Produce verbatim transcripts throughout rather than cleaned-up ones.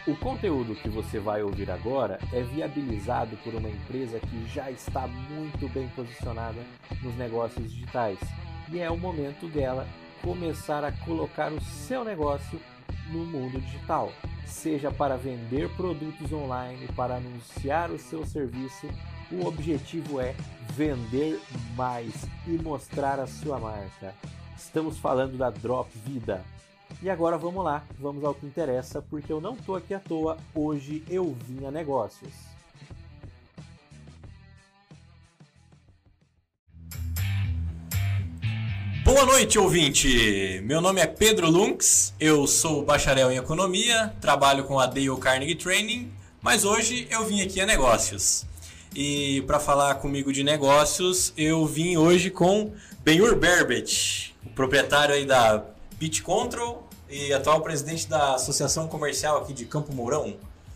O conteúdo que você vai ouvir agora é viabilizado por uma empresa que já está muito bem posicionada nos negócios digitais e é o momento dela começar a colocar o seu negócio no mundo digital, seja para vender produtos online, para anunciar o seu serviço. O objetivo é vender mais e mostrar a sua marca. Estamos falando da Drop Vida. E agora vamos lá, vamos ao que interessa, porque eu não estou aqui à toa, hoje eu vim a negócios. Boa noite, ouvinte! Meu nome é Pedro Lunks, eu sou bacharel em economia, trabalho com a Dale Carnegie Training, mas hoje eu vim aqui a negócios. E para falar comigo de negócios, eu vim hoje com Benhur Berbet, o proprietário aí da Bit Control e atual presidente da Associação Comercial aqui de Campo Mourão.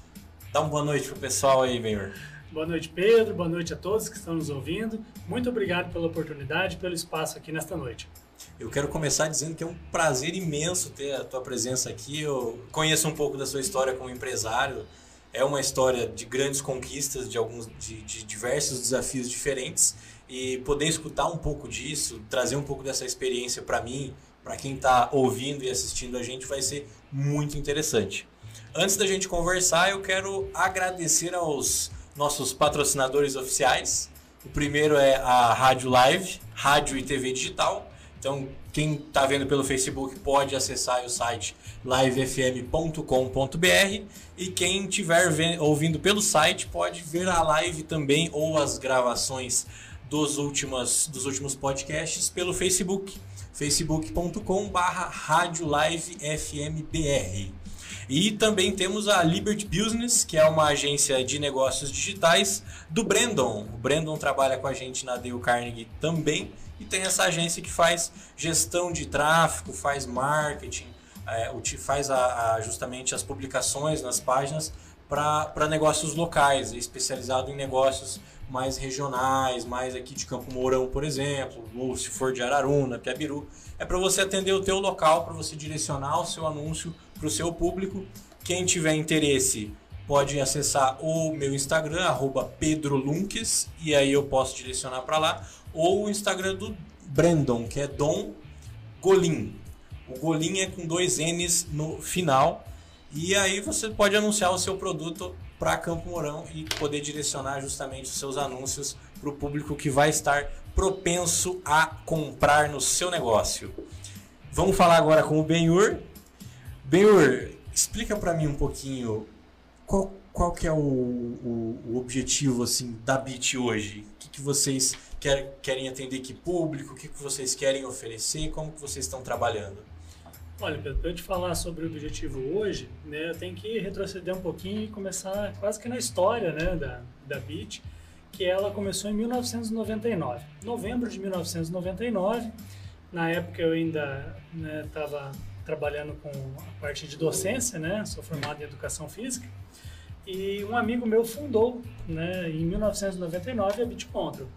Dá uma boa noite pro pessoal aí, Benhur. Boa noite, Pedro. Boa noite a todos que estão nos ouvindo. Muito obrigado pela oportunidade, pelo espaço aqui nesta noite. Eu quero começar dizendo que é um prazer imenso ter a tua presença aqui. Eu conheço um pouco da sua história como empresário. É uma história de grandes conquistas, de alguns, de, de diversos desafios diferentes, e poder escutar um pouco disso, trazer um pouco dessa experiência para mim, para quem está ouvindo e assistindo a gente, vai ser muito interessante. Antes da gente conversar, eu quero agradecer aos nossos patrocinadores oficiais. O primeiro é a Rádio Live, rádio e T V digital. Então, quem está vendo pelo Facebook pode acessar o site live f m ponto com ponto b r e quem estiver ouvindo pelo site pode ver a live também ou as gravações dos últimos, dos últimos podcasts pelo Facebook, facebook ponto com barra rádio live f m b r. E também temos a Liberty Business, que é uma agência de negócios digitais do Brandon. O Brandon trabalha com a gente na Dale Carnegie também e tem essa agência que faz gestão de tráfego, faz marketing, é, faz a, a, justamente as publicações nas páginas para negócios locais, é especializado em negócios mais regionais, mais aqui de Campo Mourão, por exemplo, ou se for de Araruna, Piabiru. É para você atender o teu local, para você direcionar o seu anúncio para o seu público. Quem tiver interesse pode acessar o meu Instagram, arroba Pedro Lunques, e aí eu posso direcionar para lá, ou o Instagram do Brandon, que é Dom Golin. O Golin é com dois N's no final, e aí você pode anunciar o seu produto para Campo Mourão e poder direcionar justamente os seus anúncios para o público que vai estar propenso a comprar no seu negócio. Vamos falar agora com o Benhur. Benhur, explica para mim um pouquinho qual, qual que é o, o, o objetivo assim, da Bit hoje. O que, que vocês quer, querem atender, que público, o que, que vocês querem oferecer, como que vocês estão trabalhando? Olha, Pedro, para eu te falar sobre o objetivo hoje, né, eu tenho que retroceder um pouquinho e começar quase que na história, né, da, da Bit, que ela começou em mil novecentos e noventa e nove. Novembro de mil novecentos e noventa e nove, na época eu ainda estava, né, trabalhando com a parte de docência, né, sou formado em Educação Física, e um amigo meu fundou, né, em mil novecentos e noventa e nove a Bit Control.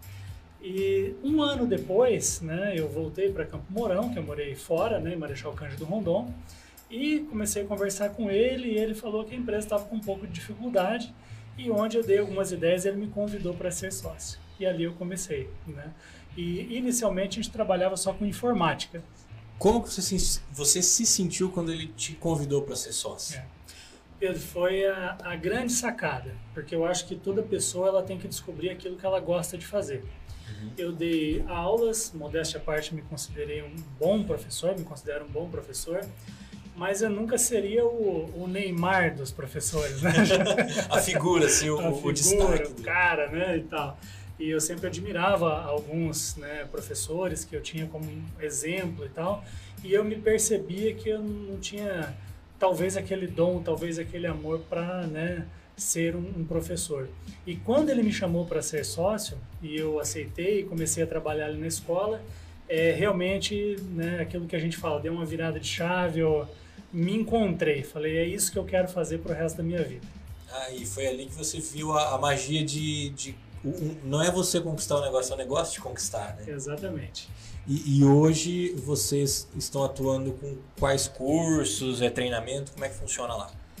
E um ano depois, né, eu voltei para Campo Mourão, que eu morei fora, né, em Marechal Cândido Rondon, e comecei a conversar com ele, e ele falou que a empresa estava com um pouco de dificuldade, e onde eu dei algumas ideias, ele me convidou para ser sócio. E ali eu comecei, né? E inicialmente a gente trabalhava só com informática. Como que você se, você se sentiu quando ele te convidou para ser sócio? É. Pedro, foi a, a grande sacada, porque eu acho que toda pessoa ela tem que descobrir aquilo que ela gosta de fazer. Uhum. Eu dei aulas, modéstia à parte, me considerei um bom professor, me considero um bom professor, mas eu nunca seria o, o Neymar dos professores, né? A figura, assim, o, a o figura, destaque. O cara, né, e tal. E eu sempre admirava alguns, né, professores que eu tinha como exemplo e tal, e eu me percebia que eu não tinha, talvez, aquele dom, talvez aquele amor para, né, ser um, um professor. E quando ele me chamou para ser sócio, e eu aceitei e comecei a trabalhar ali na escola, é, realmente, né, aquilo que a gente fala, deu uma virada de chave, eu me encontrei, falei, é isso que eu quero fazer para o resto da minha vida. Ah, e foi ali que você viu a, a magia de... de um, não é você conquistar o negócio, é o negócio de conquistar, né? Exatamente. E, e hoje vocês estão atuando com quais cursos, é treinamento, como é que funciona lá?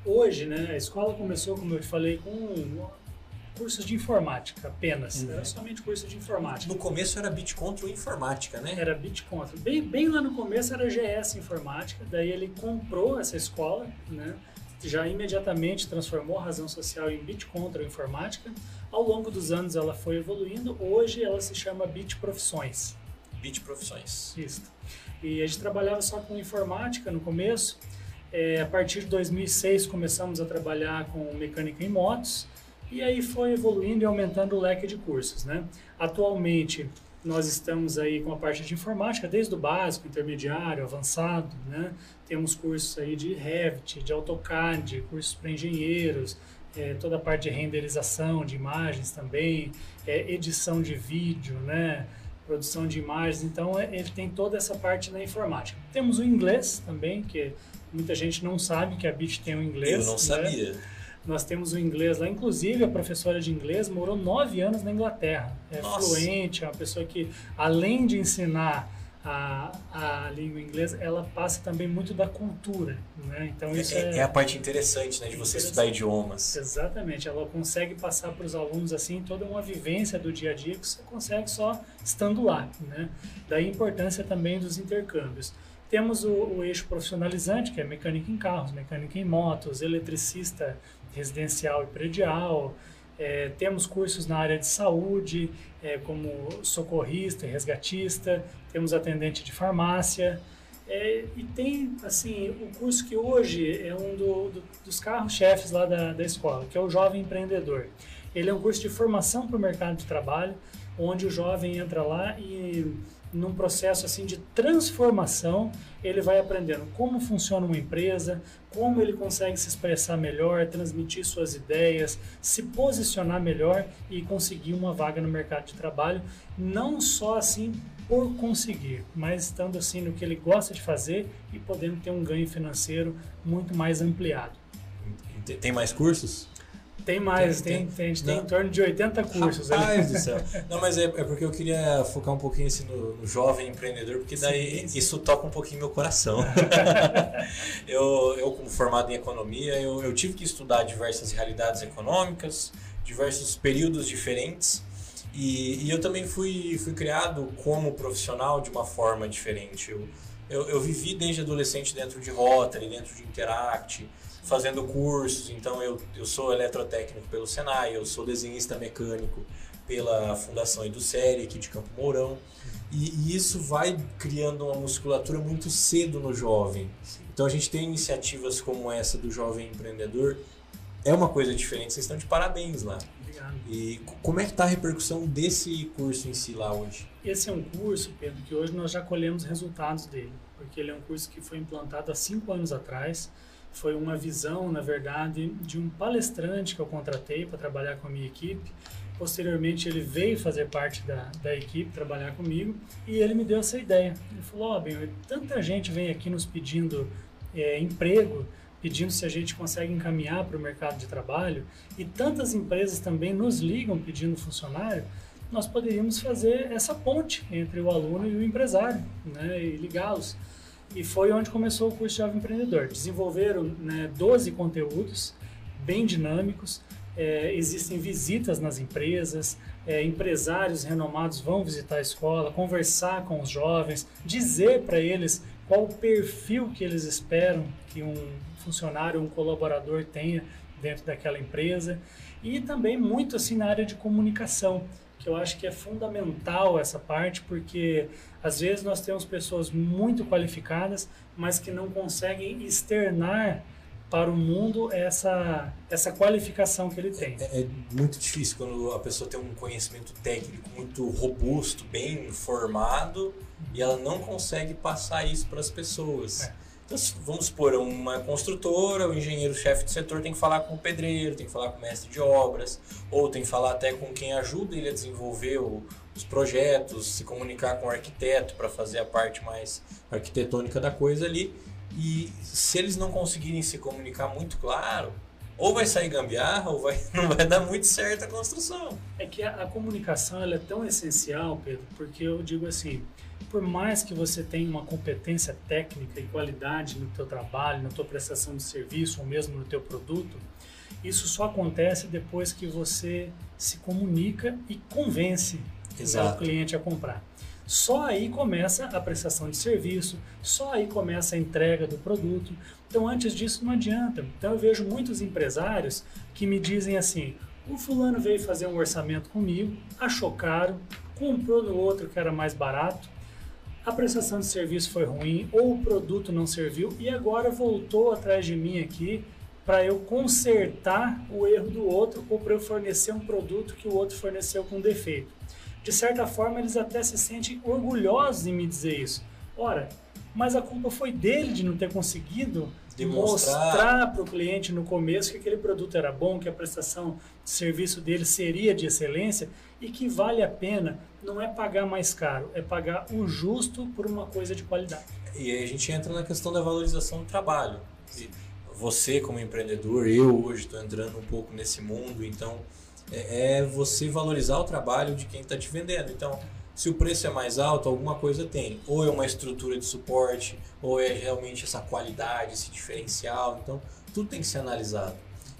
Hoje, né, a escola começou, como eu te falei, com cursos de informática apenas. Uhum. Era somente curso de informática. No começo era BitControl Informática, né? Era BitControl. Bem, bem lá no começo era G S Informática, daí ele comprou essa escola, né? Já imediatamente transformou a razão social em BitControl Informática. Ao longo dos anos ela foi evoluindo, hoje ela se chama Bit Profissões. Bit Profissões. Isso. E a gente trabalhava só com informática no começo. É, a partir de dois mil e seis começamos a trabalhar com mecânica em motos. E aí foi evoluindo e aumentando o leque de cursos, né? Atualmente, nós estamos aí com a parte de informática, desde o básico, intermediário, avançado, né? Temos cursos aí de Revit, de AutoCAD, cursos para engenheiros, é, toda a parte de renderização de imagens também, é, edição de vídeo, né? Produção de imagens. Então, é, ele tem toda essa parte na informática. Temos o inglês também, que muita gente não sabe que a Bit tem o inglês. Eu não né? sabia. Nós temos o inglês lá, inclusive a professora de inglês morou nove anos na Inglaterra. É Nossa. fluente, é uma pessoa que, além de ensinar a, a língua inglesa, ela passa também muito da cultura, né? Então isso é, é, é a parte interessante, né, de você estudar idiomas. Exatamente, ela consegue passar para os alunos assim toda uma vivência do dia a dia que você consegue só estando lá, né? Daí a importância também dos intercâmbios. Temos o, o eixo profissionalizante, que é mecânica em carros, mecânica em motos, eletricista residencial e predial. É, temos cursos na área de saúde, é, como socorrista e resgatista. Temos atendente de farmácia. É, e tem, assim, o curso que hoje é um do, do, dos carros-chefes lá da, da escola, que é o Jovem Empreendedor. Ele é um curso de formação para o mercado de trabalho, onde o jovem entra lá e, num processo assim de transformação, ele vai aprendendo como funciona uma empresa, como ele consegue se expressar melhor, transmitir suas ideias, se posicionar melhor e conseguir uma vaga no mercado de trabalho, não só assim por conseguir, mas estando assim no que ele gosta de fazer e podendo ter um ganho financeiro muito mais ampliado. Tem mais cursos? Tem mais, tem, tem, tem, a gente tem em torno de oitenta cursos. Rapaz ali. do céu. Não, mas é, é porque eu queria focar um pouquinho assim, no, no jovem empreendedor, porque daí sim, sim. Isso toca um pouquinho meu coração. eu, eu, como formado em economia, eu, eu tive que estudar diversas realidades econômicas, diversos períodos diferentes, e, e eu também fui, fui criado como profissional de uma forma diferente. Eu, eu, eu vivi desde adolescente dentro de Rotary, dentro de Interact, fazendo cursos. Então eu, eu sou eletrotécnico pelo Senai, eu sou desenhista mecânico pela Fundação Educere aqui de Campo Mourão, e, e isso vai criando uma musculatura muito cedo no jovem. Então a gente tem iniciativas como essa do Jovem Empreendedor, é uma coisa diferente, vocês estão de parabéns lá. Obrigado. E como é que está a repercussão desse curso em si lá hoje? Esse é um curso, Pedro, que hoje nós já colhemos resultados dele, porque ele é um curso que foi implantado há cinco anos atrás. Foi uma visão, na verdade, de um palestrante que eu contratei para trabalhar com a minha equipe. Posteriormente, ele veio fazer parte da, da equipe, trabalhar comigo, e ele me deu essa ideia. Ele falou, ó, oh, bem, tanta gente vem aqui nos pedindo é, emprego, pedindo se a gente consegue encaminhar para o mercado de trabalho, e tantas empresas também nos ligam pedindo funcionário, nós poderíamos fazer essa ponte entre o aluno e o empresário, né, e ligá-los. E foi onde começou o curso Jovem Empreendedor. Desenvolveram, né, doze conteúdos bem dinâmicos, é, existem visitas nas empresas, é, empresários renomados vão visitar a escola, conversar com os jovens, dizer para eles qual o perfil que eles esperam que um funcionário, um colaborador tenha dentro daquela empresa. E também muito assim na área de comunicação, que eu acho que é fundamental essa parte, porque às vezes nós temos pessoas muito qualificadas, mas que não conseguem externar para o mundo essa, essa qualificação que ele tem. É, é muito difícil quando a pessoa tem um conhecimento técnico muito robusto, bem formado, e ela não consegue passar isso para as pessoas. É. Então, vamos supor, uma construtora, o engenheiro-chefe do setor tem que falar com o pedreiro, tem que falar com o mestre de obras, ou tem que falar até com quem ajuda ele a desenvolver o, os projetos, se comunicar com o arquiteto para fazer a parte mais arquitetônica da coisa ali. E se eles não conseguirem se comunicar muito claro, ou vai sair gambiarra, ou vai, não vai dar muito certo a construção. É que a, a comunicação ela é tão essencial, Pedro, porque eu digo assim, por mais que você tenha uma competência técnica e qualidade no teu trabalho, na tua prestação de serviço ou mesmo no teu produto, isso só acontece depois que você se comunica e convence Exato. o cliente a comprar. Só aí começa a prestação de serviço, só aí começa a entrega do produto. Então, antes disso, não adianta. Então, eu vejo muitos empresários que me dizem assim, o fulano veio fazer um orçamento comigo, achou caro, comprou no outro que era mais barato, a prestação de serviço foi ruim, ou o produto não serviu, e agora voltou atrás de mim aqui para eu consertar o erro do outro ou para eu fornecer um produto que o outro forneceu com defeito. De certa forma, eles até se sentem orgulhosos em me dizer isso. Ora, mas a culpa foi dele de não ter conseguido Demonstrar. mostrar para o cliente no começo que aquele produto era bom, que a prestação de serviço dele seria de excelência e que vale a pena. Não é pagar mais caro, é pagar o justo por uma coisa de qualidade. E aí a gente entra na questão da valorização do trabalho. E você como empreendedor, eu hoje estou entrando um pouco nesse mundo, então é você valorizar o trabalho de quem está te vendendo. Então, se o preço é mais alto, alguma coisa tem. Ou é uma estrutura de suporte, ou é realmente essa qualidade, esse diferencial. Então, tudo tem que ser analisado.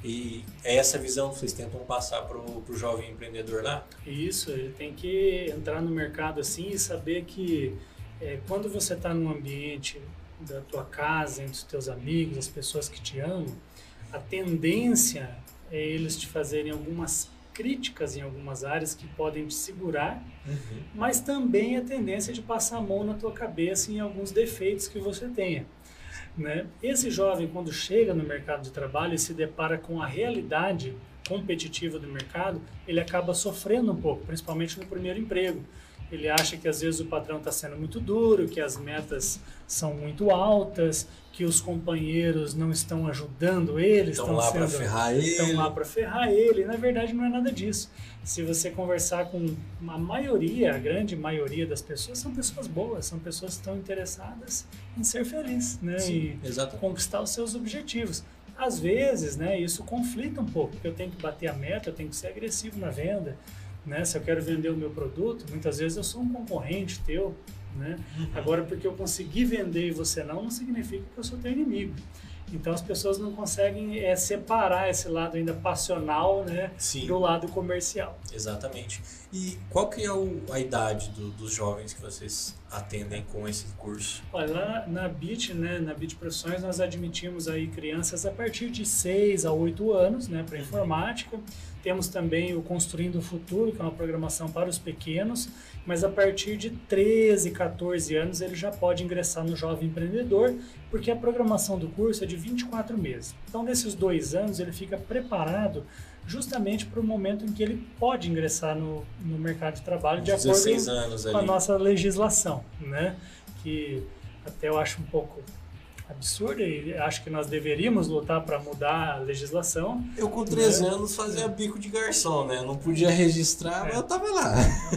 E é essa visão que vocês tentam passar para o jovem empreendedor lá? Isso, ele tem que entrar no mercado assim e saber que é, quando você está num ambiente da tua casa, entre os teus amigos, as pessoas que te amam, a tendência é eles te fazerem algumas críticas em algumas áreas que podem te segurar, uhum. mas também a tendência de passar a mão na tua cabeça em alguns defeitos que você tenha. Né? Esse jovem, quando chega no mercado de trabalho e se depara com a realidade competitiva do mercado, ele acaba sofrendo um pouco, principalmente no primeiro emprego. Ele acha que às vezes o patrão está sendo muito duro, que as metas são muito altas, que os companheiros não estão ajudando ele, estão estão lá para ferrar ele. Estão lá para ferrar ele. Na verdade, não é nada disso. Se você conversar com a maioria, a grande maioria das pessoas, são pessoas boas, são pessoas que estão interessadas em ser feliz, né? Sim, e exatamente. conquistar os seus objetivos. Às vezes, né, isso conflita um pouco, porque eu tenho que bater a meta, eu tenho que ser agressivo na venda. Né? Se eu quero vender o meu produto, muitas vezes eu sou um concorrente teu, né? Uhum. Agora, porque eu consegui vender e você não, não significa que eu sou teu inimigo. Então, as pessoas não conseguem é, separar esse lado ainda passional, né, do lado comercial. Exatamente. E qual que é o, a idade do, dos jovens que vocês atendem com esse curso? Olha, lá na B I T, né, na B I T Profissões, nós admitimos aí crianças a partir de seis a oito anos, né, para informática. Temos também o Construindo o Futuro, que é uma programação para os pequenos, mas a partir de treze, quatorze anos ele já pode ingressar no Jovem Empreendedor, porque a programação do curso é de vinte e quatro meses. Então, nesses dois anos, ele fica preparado justamente para o momento em que ele pode ingressar no, no mercado de trabalho, de acordo anos com a ali. nossa legislação, né? Que até eu acho um pouco absurda e acho que nós deveríamos lutar para mudar a legislação. Eu com treze né? anos fazia bico de garçom, né? Eu não podia registrar, é. mas eu tava lá.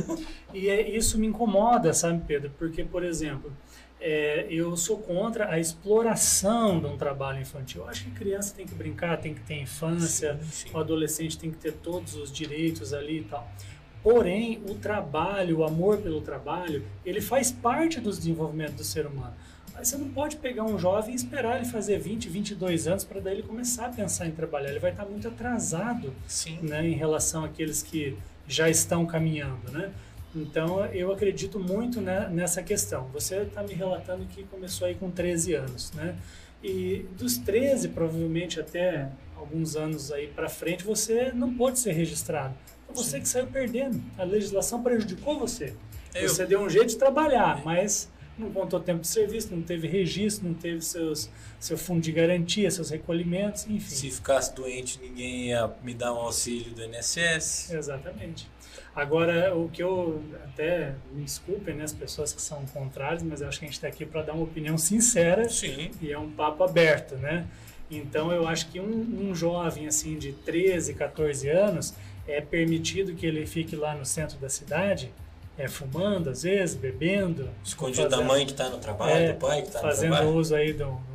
E é, isso me incomoda, sabe, Pedro? Porque, por exemplo, é, eu sou contra a exploração de um trabalho infantil. Eu acho que a criança tem que brincar, tem que ter infância, sim, sim. O adolescente tem que ter todos os direitos ali e tal. Porém, o trabalho, o amor pelo trabalho, ele faz parte do desenvolvimento do ser humano. Mas você não pode pegar um jovem e esperar ele fazer vinte, vinte e dois anos para daí ele começar a pensar em trabalhar. Ele vai estar muito atrasado, né, em relação àqueles que já estão caminhando, né? Então, eu acredito muito, né, nessa questão. Você está me relatando que começou aí com treze anos, né? E dos treze, provavelmente até alguns anos aí para frente, você não pôde ser registrado. Então, você Sim. que saiu perdendo. A legislação prejudicou você. Eu. Você deu um jeito de trabalhar, mas não contou tempo de serviço, não teve registro, não teve seus, seu fundo de garantia, seus recolhimentos, enfim. Se ficasse doente, ninguém ia me dar um auxílio do I N S S. Exatamente. Agora, o que eu, até me desculpem, né, as pessoas que são contrárias, mas eu acho que a gente está aqui para dar uma opinião sincera. Sim. E é um papo aberto, né? Então, eu acho que um, um jovem assim de treze, quatorze anos, é permitido que ele fique lá no centro da cidade, é, fumando, às vezes, bebendo. Escondido fazendo, da mãe que está no trabalho, é, do pai que está no trabalho. Fazendo uso aí de um,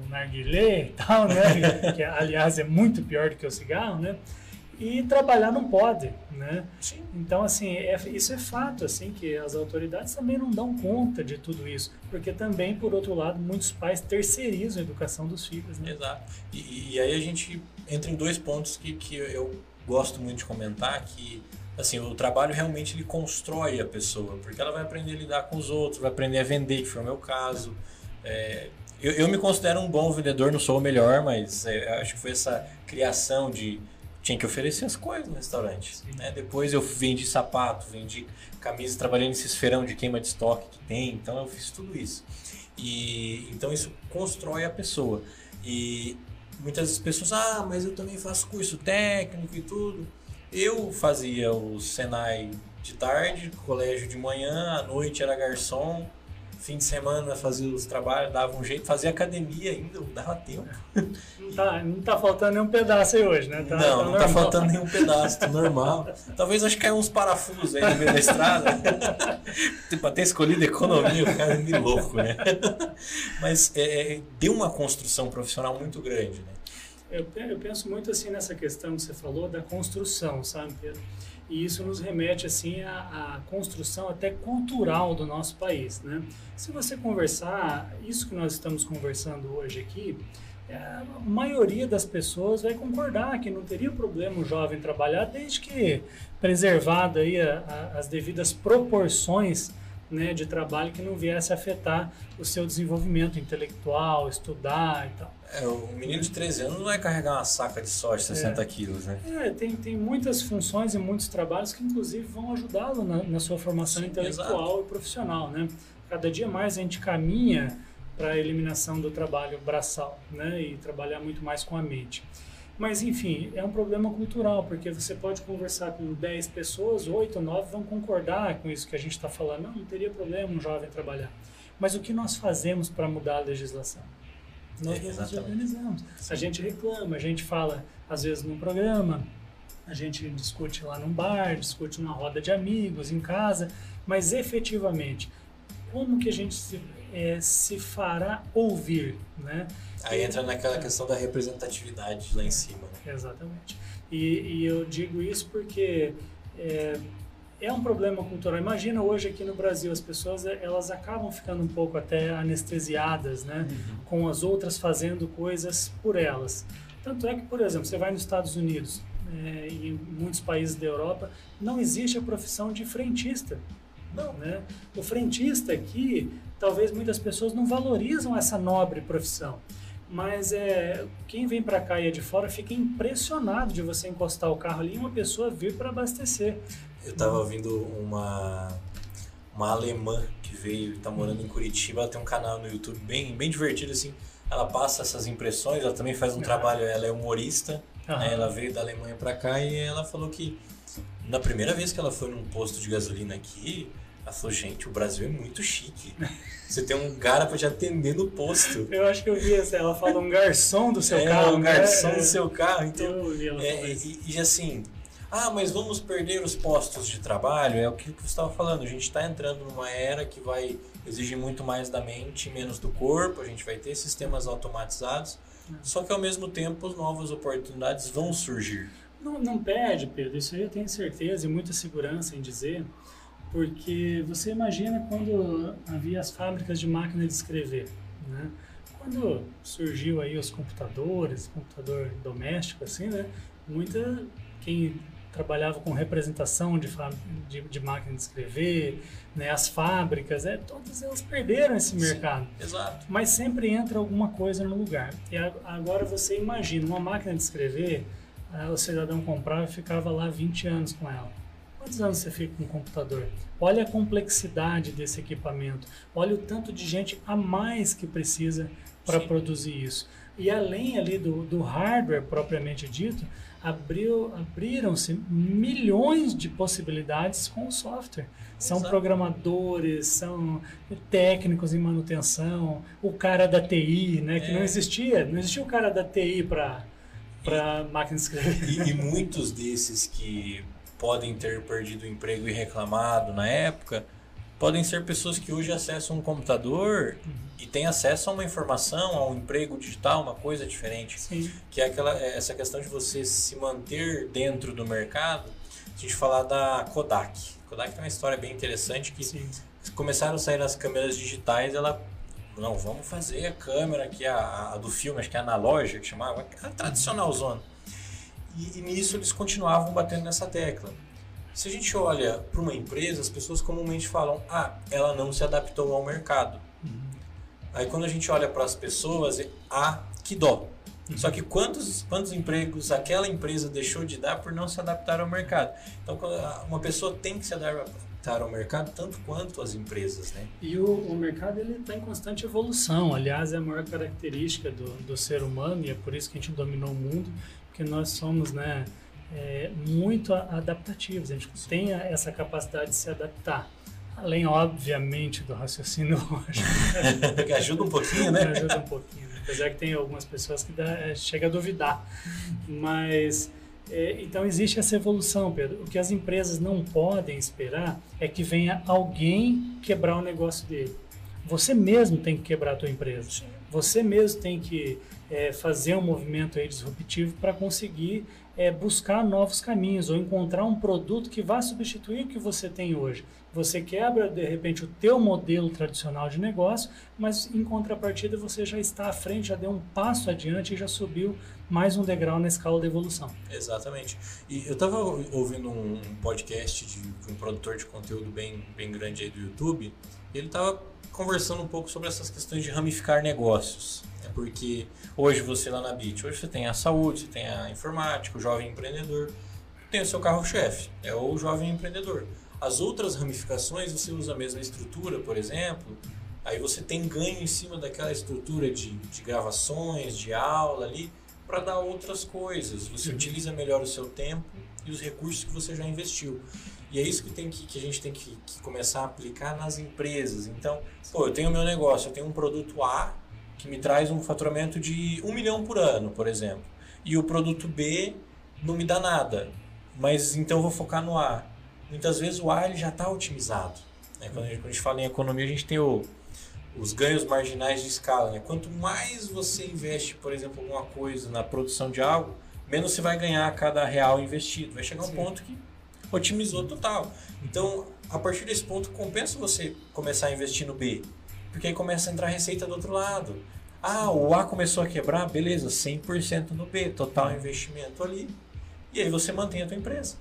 narguilé e tal, né? Que, aliás, é muito pior do que o cigarro, né? E trabalhar não pode, né? Sim. Então, assim, é, isso é fato, assim, que as autoridades também não dão conta de tudo isso, porque também, por outro lado, muitos pais terceirizam a educação dos filhos, né? Exato. E, e aí a gente entra em dois pontos que, que eu gosto muito de comentar, que, assim, o trabalho realmente ele constrói a pessoa, porque ela vai aprender a lidar com os outros, vai aprender a vender, que foi o meu caso. É, eu, eu me considero um bom vendedor, não sou o melhor, mas é, acho que foi essa criação de... Tinha que oferecer as coisas no restaurante, né? Depois eu vendi sapato, vendi camisa, trabalhei nesse esferão de queima de estoque que tem, então eu fiz tudo isso. E então isso constrói a pessoa. E muitas pessoas, ah, mas eu também faço curso técnico e tudo. Eu fazia o Senai de tarde, colégio de manhã, à noite era garçom, fim de semana fazia os trabalhos, dava um jeito, fazia academia ainda, não dava tempo. Não tá, não tá faltando nenhum pedaço aí hoje, né? Tá, não, tá não normal. tá faltando nenhum pedaço, tá normal. Talvez acho que caiu uns parafusos aí no meio da estrada. Tipo, ter escolhido economia, o cara é meio louco, né? Mas é, é, deu uma construção profissional muito grande, né? Eu, eu penso muito assim nessa questão que você falou da construção, sabe, Pedro? E isso nos remete assim à, à construção até cultural do nosso país, né? Se você conversar, isso que nós estamos conversando hoje aqui, a maioria das pessoas vai concordar que não teria problema o jovem trabalhar desde que preservado aí a, a, as devidas proporções, né, de trabalho que não viesse a afetar o seu desenvolvimento intelectual, estudar e tal. É, o menino de treze anos não vai carregar uma saca de soja de sessenta quilos, né? É, tem, tem muitas funções e muitos trabalhos que inclusive vão ajudá-lo na, na sua formação Sim, intelectual exato. e profissional, né? Cada dia mais a gente caminha para a eliminação do trabalho braçal, né? E trabalhar muito mais com a mente. Mas, enfim, é um problema cultural, porque você pode conversar com dez pessoas, oito, nove vão concordar com isso que a gente está falando. Não, não teria problema um jovem trabalhar. Mas o que nós fazemos para mudar a legislação? Nós É, nos organizamos. A gente reclama, a gente fala, às vezes, num programa, a gente discute lá num bar, discute numa roda de amigos, em casa, mas efetivamente, como que a gente se, é, se fará ouvir, né? Aí entra naquela questão da representatividade lá em cima, né? Exatamente. E, e eu digo isso porque é, é um problema cultural. Imagina hoje aqui no Brasil, as pessoas elas acabam ficando um pouco até anestesiadas, né? Uhum. Com as outras fazendo coisas por elas. Tanto é que, por exemplo, você vai nos Estados Unidos é, e em muitos países da Europa, não existe a profissão de frentista. Não, né? O frentista aqui, talvez muitas pessoas não valorizam essa nobre profissão. Mas é, quem vem para cá e é de fora fica impressionado de você encostar o carro ali e uma pessoa vir para abastecer. Eu estava ouvindo uma, uma alemã que veio e está morando em Curitiba. Ela tem um canal no YouTube bem, bem divertido, assim. Ela passa essas impressões, ela também faz um trabalho, ela é humorista. Uhum. Né? Ela veio da Alemanha para cá e ela falou que na primeira vez que ela foi num posto de gasolina aqui, ela falou, gente, o Brasil é muito chique. Você tem um cara para te atender no posto. Eu acho que eu vi essa. Ela fala um garçom do seu é, carro. um garçom né? do seu carro. Então, eu vi ela é, e, e assim, ah, mas vamos perder os postos de trabalho? É o que você estava falando. A gente está entrando numa era que vai exigir muito mais da mente, menos do corpo. A gente vai ter sistemas automatizados. Só que ao mesmo tempo, novas oportunidades vão surgir. Não, não perde, Pedro. Isso aí eu tenho certeza e muita segurança em dizer. Porque você imagina quando havia as fábricas de máquina de escrever, né? Quando surgiu aí os computadores, computador doméstico, assim, né? Muita, quem trabalhava com representação de, de, de máquina de escrever, né? As fábricas, é, todas elas perderam esse mercado. Sim, exato. Mas sempre entra alguma coisa no lugar. E agora você imagina, uma máquina de escrever, o cidadão comprava e ficava lá vinte anos com ela. Quantos anos você fica com um computador? Olha a complexidade desse equipamento. Olha o tanto de gente a mais que precisa para produzir isso. E além ali do, do hardware propriamente dito, abriu, abriram-se milhões de possibilidades com o software. São Exato. Programadores, são técnicos em manutenção, o cara da T I, né, que é. não existia. Não existia o cara da T I para para máquina de escrever. E, e muitos desses que podem ter perdido o emprego e reclamado na época, podem ser pessoas que hoje acessam um computador uhum. e têm acesso a uma informação, a um emprego digital, uma coisa diferente. Sim. Que é aquela, essa questão de você se manter dentro do mercado. A gente falar da Kodak. Kodak tem uma história bem interessante que Sim. começaram a sair as câmeras digitais, ela... Não, vamos fazer a câmera aqui, a, a do filme, acho que é analógica, que chamava, a tradicional zona. E, e nisso eles continuavam batendo nessa tecla. Se a gente olha para uma empresa, as pessoas comumente falam, ah, ela não se adaptou ao mercado. Uhum. Aí quando a gente olha para as pessoas, ah, que dó. Uhum. Só que quantos, quantos empregos aquela empresa deixou de dar por não se adaptar ao mercado? Então uma pessoa tem que se adaptar ao mercado tanto quanto as empresas, né? E o, o mercado ele está em constante evolução. Aliás, é a maior característica do, do ser humano e é por isso que a gente dominou o mundo, porque nós somos, né, é, muito adaptativos. A gente tem essa capacidade de se adaptar. Além, obviamente, do raciocínio lógico. Que ajuda um pouquinho, né? Que ajuda um pouquinho. Né? Apesar que tem algumas pessoas que dá, chega a duvidar. Mas... É, então existe essa evolução, Pedro. O que as empresas não podem esperar é que venha alguém quebrar o negócio dele. Você mesmo tem que quebrar a tua empresa. Sim. Você mesmo tem que é, fazer um movimento aí disruptivo para conseguir é, buscar novos caminhos ou encontrar um produto que vá substituir o que você tem hoje. Você quebra, de repente, o teu modelo tradicional de negócio, mas em contrapartida você já está à frente, já deu um passo adiante e já subiu mais um degrau na escala da evolução. Exatamente. E eu estava ouvindo um podcast de, de um produtor de conteúdo bem, bem grande aí do YouTube, e ele estava conversando um pouco sobre essas questões de ramificar negócios. É porque hoje você lá na Bit, hoje você tem a saúde, você tem a informática, o jovem empreendedor, tem o seu carro-chefe, é o jovem empreendedor. As outras ramificações, você usa a mesma estrutura, por exemplo, aí você tem ganho em cima daquela estrutura de, de gravações, de aula ali, para dar outras coisas. Você utiliza melhor o seu tempo e os recursos que você já investiu. E é isso que, tem que, que a gente tem que, que começar a aplicar nas empresas. Então, pô, eu tenho o meu negócio, eu tenho um produto A que me traz um faturamento de um milhão por ano, por exemplo. E o produto B não me dá nada, mas então eu vou focar no A. Muitas vezes o A ele já está otimizado. Né? Quando, a gente, quando a gente fala em economia, a gente tem o, os ganhos marginais de escala. Né? Quanto mais você investe, por exemplo, alguma coisa na produção de algo, menos você vai ganhar a cada real investido. Vai chegar um Sim. ponto que otimizou total. Então, a partir desse ponto, compensa você começar a investir no B. Porque aí começa a entrar receita do outro lado. Ah, o A começou a quebrar, beleza, cem por cento no B, total investimento ali. E aí você mantém a tua empresa.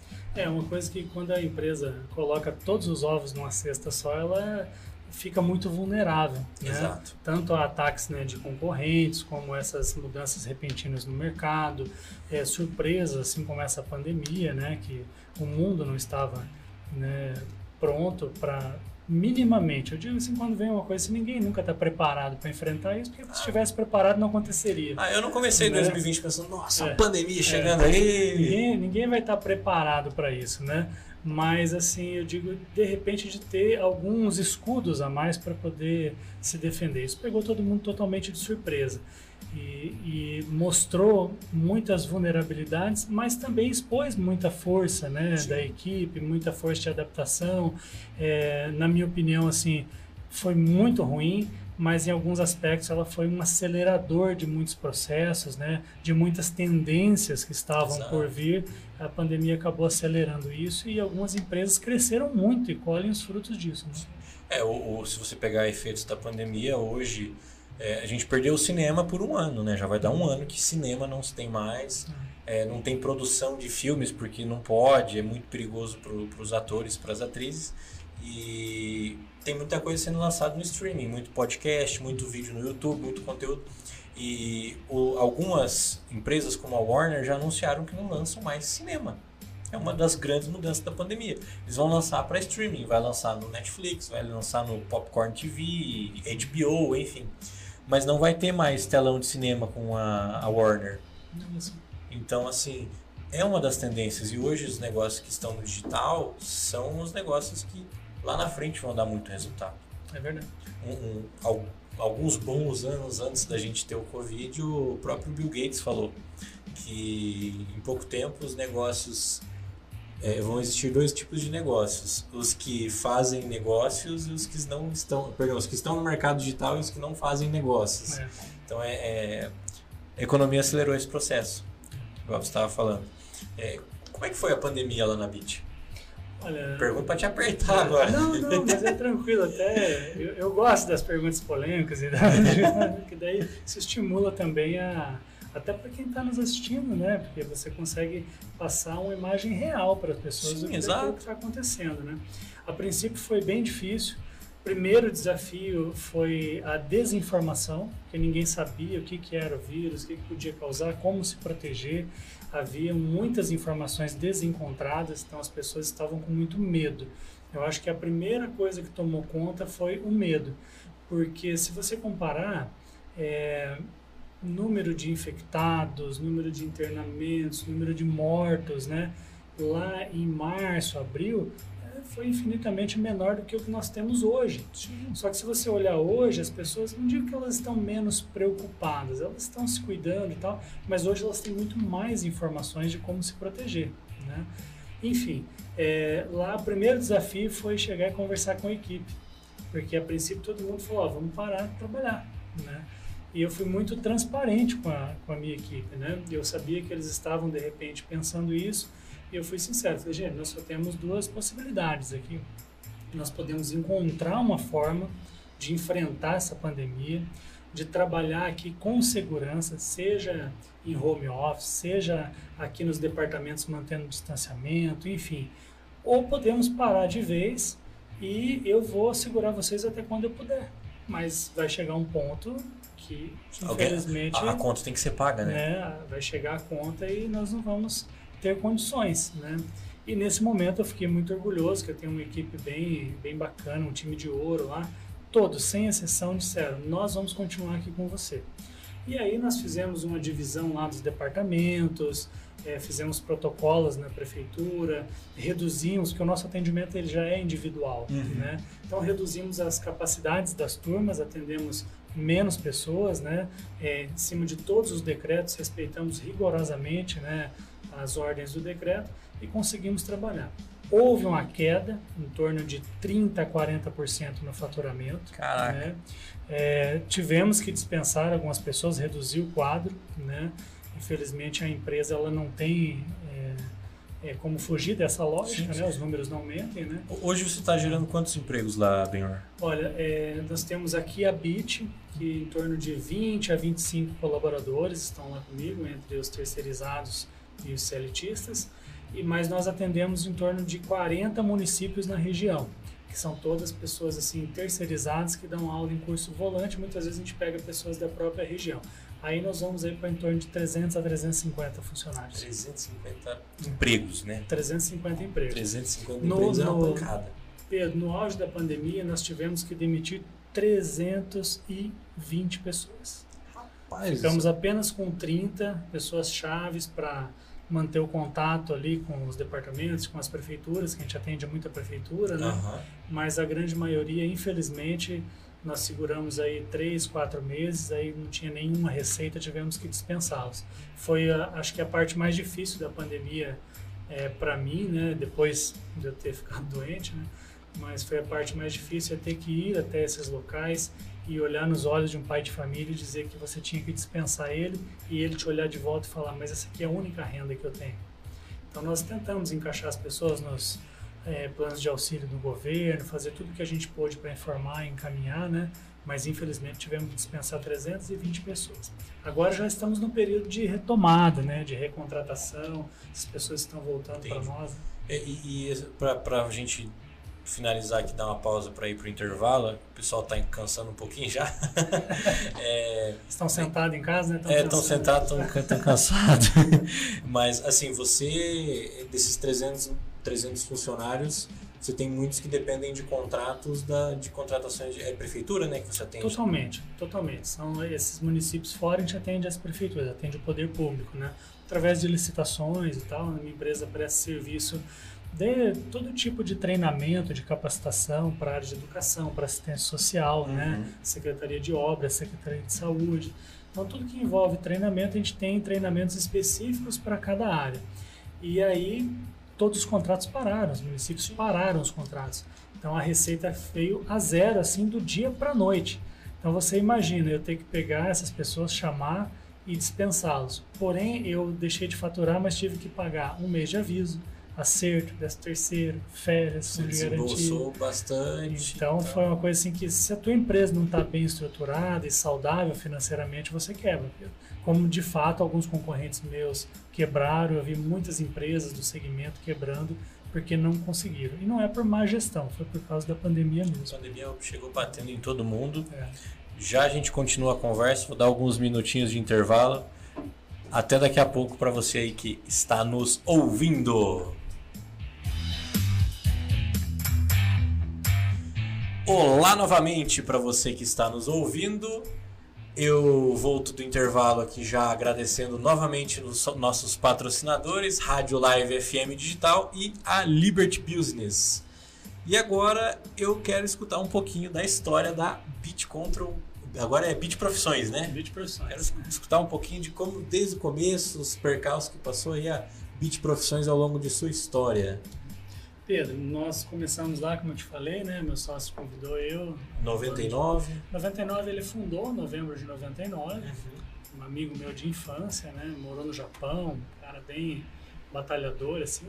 É uma coisa que quando a empresa coloca todos os ovos numa cesta só, ela fica muito vulnerável. Né? Exato. Tanto a ataques, né, de concorrentes, como essas mudanças repentinas no mercado, é, surpresas, assim como essa pandemia, né, que o mundo não estava, né, pronto para... minimamente, eu digo assim, quando vem uma coisa assim, ninguém nunca está preparado para enfrentar isso, porque se estivesse preparado não aconteceria. Ah, eu não comecei em né? dois mil e vinte pensando, nossa, é, a pandemia chegando é, aí. Ninguém, ninguém vai estar preparado para isso, né? Mas assim, eu digo, de repente de ter alguns escudos a mais para poder se defender. Isso pegou todo mundo totalmente de surpresa. E, e mostrou muitas vulnerabilidades, mas também expôs muita força, né, da equipe, muita força de adaptação. É, na minha opinião, assim, foi muito ruim, mas em alguns aspectos ela foi um acelerador de muitos processos, né, de muitas tendências que estavam Exato. Por vir. A pandemia acabou acelerando isso e algumas empresas cresceram muito e colhem os frutos disso. Né? É, ou, ou se você pegar efeitos da pandemia, hoje... É, a gente perdeu o cinema por um ano, né? Já vai dar um ano que cinema não se tem mais, é, não tem produção de filmes porque não pode, é muito perigoso para os atores, para as atrizes, e tem muita coisa sendo lançada no streaming, muito podcast, muito vídeo no YouTube, muito conteúdo, e o, algumas empresas como a Warner já anunciaram que não lançam mais cinema. É uma das grandes mudanças da pandemia. Eles vão lançar para streaming, vai lançar no Netflix, vai lançar no Popcorn T V, H B O, enfim. Mas não vai ter mais telão de cinema com a, a Warner. Então, assim, é uma das tendências. E hoje os negócios que estão no digital são os negócios que lá na frente vão dar muito resultado. É verdade. Um, um, alguns bons anos antes da gente ter o Covid, o próprio Bill Gates falou que em pouco tempo os negócios é, vão existir dois tipos de negócios. Os que fazem negócios e os que não estão... Perdão, os que estão no mercado digital e os que não fazem negócios. É. Então, é, é, a economia acelerou esse processo, igual você estava falando. É, como é que foi a pandemia lá na Bit? Olha, pergunta para te apertar agora. Não, não, mas é tranquilo. Até eu, eu gosto das perguntas polêmicas, que daí isso estimula também a... Até para quem está nos assistindo, né? Porque você consegue passar uma imagem real para as pessoas. Sim, do que está acontecendo, né? A princípio foi bem difícil. O primeiro desafio foi a desinformação, porque ninguém sabia o que, que era o vírus, o que, que podia causar, como se proteger. Havia muitas informações desencontradas, então as pessoas estavam com muito medo. Eu acho que a primeira coisa que tomou conta foi o medo, porque se você comparar é, número de infectados, número de internamentos, número de mortos, né, lá em março, abril, foi infinitamente menor do que o que nós temos hoje. Sim. Só que se você olhar hoje, as pessoas, não digo que elas estão menos preocupadas, elas estão se cuidando e tal, mas hoje elas têm muito mais informações de como se proteger, né? Enfim, é, lá o primeiro desafio foi chegar e conversar com a equipe, porque a princípio todo mundo falou, ó, vamos parar de trabalhar, né? E eu fui muito transparente com a, com a minha equipe, né? Eu sabia que eles estavam, de repente, pensando isso. E eu fui sincero, falei, gente, nós só temos duas possibilidades aqui. Nós podemos encontrar uma forma de enfrentar essa pandemia, de trabalhar aqui com segurança, seja em home office, seja aqui nos departamentos mantendo distanciamento, enfim. Ou podemos parar de vez e eu vou segurar vocês até quando eu puder. Mas vai chegar um ponto que, infelizmente... A, a conta tem que ser paga, né? né? Vai chegar a conta e nós não vamos... ter condições, né? E nesse momento eu fiquei muito orgulhoso que eu tenho uma equipe bem, bem bacana, um time de ouro lá. Todos, sem exceção, disseram, nós vamos continuar aqui com você. E aí nós fizemos uma divisão lá dos departamentos, é, fizemos protocolos na prefeitura, reduzimos, porque o nosso atendimento ele já é individual, uhum. né? Então reduzimos as capacidades das turmas, atendemos menos pessoas, né? É, em cima de todos os decretos, respeitamos rigorosamente, né, as ordens do decreto e conseguimos trabalhar. Houve uma queda em torno de trinta a quarenta por cento no faturamento. Caraca. Né? É, tivemos que dispensar algumas pessoas, reduzir o quadro, né? Infelizmente a empresa ela não tem é, é, como fugir dessa lógica, sim, né? Os números não mentem, né? Hoje você está gerando quantos empregos lá, Benhor? Olha, é, nós temos aqui a Bit, que em torno de vinte a vinte e cinco colaboradores estão lá comigo, entre os terceirizados e os CLTistas, e mas nós atendemos em torno de quarenta municípios na região, que são todas pessoas assim terceirizadas que dão aula em curso volante. Muitas vezes a gente pega pessoas da própria região. Aí nós vamos aí para em torno de trezentos a trezentos e cinquenta funcionários. trezentos e cinquenta empregos, né? trezentos e cinquenta empregos. trezentos e cinquenta empregos no, é uma pancada. Pedro, no auge da pandemia nós tivemos que demitir trezentas e vinte pessoas. Rapaz, ficamos apenas com trinta pessoas chaves para manter o contato ali com os departamentos, com as prefeituras, que a gente atende muita prefeitura, né? Uhum. Mas a grande maioria, infelizmente, nós seguramos aí três, quatro meses, aí não tinha nenhuma receita, tivemos que dispensá-los. Foi, a, acho que a parte mais difícil da pandemia é, para mim, né? Depois de eu ter ficado doente, né? Mas foi a parte mais difícil, é ter que ir até esses locais e olhar nos olhos de um pai de família e dizer que você tinha que dispensar ele e ele te olhar de volta e falar, mas essa aqui é a única renda que eu tenho. Então nós tentamos encaixar as pessoas nos é, planos de auxílio do governo, fazer tudo que a gente pôde para informar e encaminhar, né? Mas infelizmente tivemos que dispensar trezentas e vinte pessoas. Agora já estamos no período de retomada, né? De recontratação, as pessoas estão voltando para nós. E, e para a gente finalizar aqui, dar uma pausa para ir para o intervalo, o pessoal está cansando um pouquinho já. é, estão sentados em casa, né? Tão é, estão sentados, estão cansados. Mas, assim, você, desses trezentos, trezentos funcionários, você tem muitos que dependem de contratos, da, de contratações de é, prefeitura, né? Que você atende? Totalmente, totalmente. São esses municípios fora, a gente atende as prefeituras, atende o poder público, né? Através de licitações e tal, a minha empresa presta serviço de todo tipo de treinamento, de capacitação para a área de educação, para assistência social, uhum. né? Secretaria de Obras, Secretaria de Saúde. Então, tudo que envolve treinamento, a gente tem treinamentos específicos para cada área. E aí, todos os contratos pararam, os municípios pararam os contratos. Então a receita veio a zero, assim, do dia para a noite. Então você imagina, eu ter que pegar essas pessoas, chamar e dispensá-los. Porém, eu deixei de faturar, mas tive que pagar um mês de aviso, acerto, décimo terceiro, férias, fundo de garantia. Desembolsou bastante. Então, então foi uma coisa assim que se a tua empresa não está bem estruturada e saudável financeiramente, você quebra. Como de fato alguns concorrentes meus quebraram, eu vi muitas empresas do segmento quebrando porque não conseguiram. E não é por má gestão, foi por causa da pandemia mesmo. A pandemia chegou batendo em todo mundo. É. Já a gente continua a conversa, vou dar alguns minutinhos de intervalo. Até daqui a pouco para você aí que está nos ouvindo. Olá novamente para você que está nos ouvindo. Eu volto do intervalo aqui já agradecendo novamente os nossos patrocinadores, Rádio Live F M Digital e a Liberty Business. E agora eu quero escutar um pouquinho da história da Beat Control. Agora é Beat Profissões, né? Beat Profissões. Quero escutar um pouquinho de como, desde o começo, os percalços que passou aí a Beat Profissões ao longo de sua história. Pedro, nós começamos lá, como eu te falei, né? Meu sócio convidou eu. noventa e nove. noventa e nove ele fundou, em novembro de noventa e nove. Uhum. Um amigo meu de infância, né? Morou no Japão, um cara bem batalhador, assim.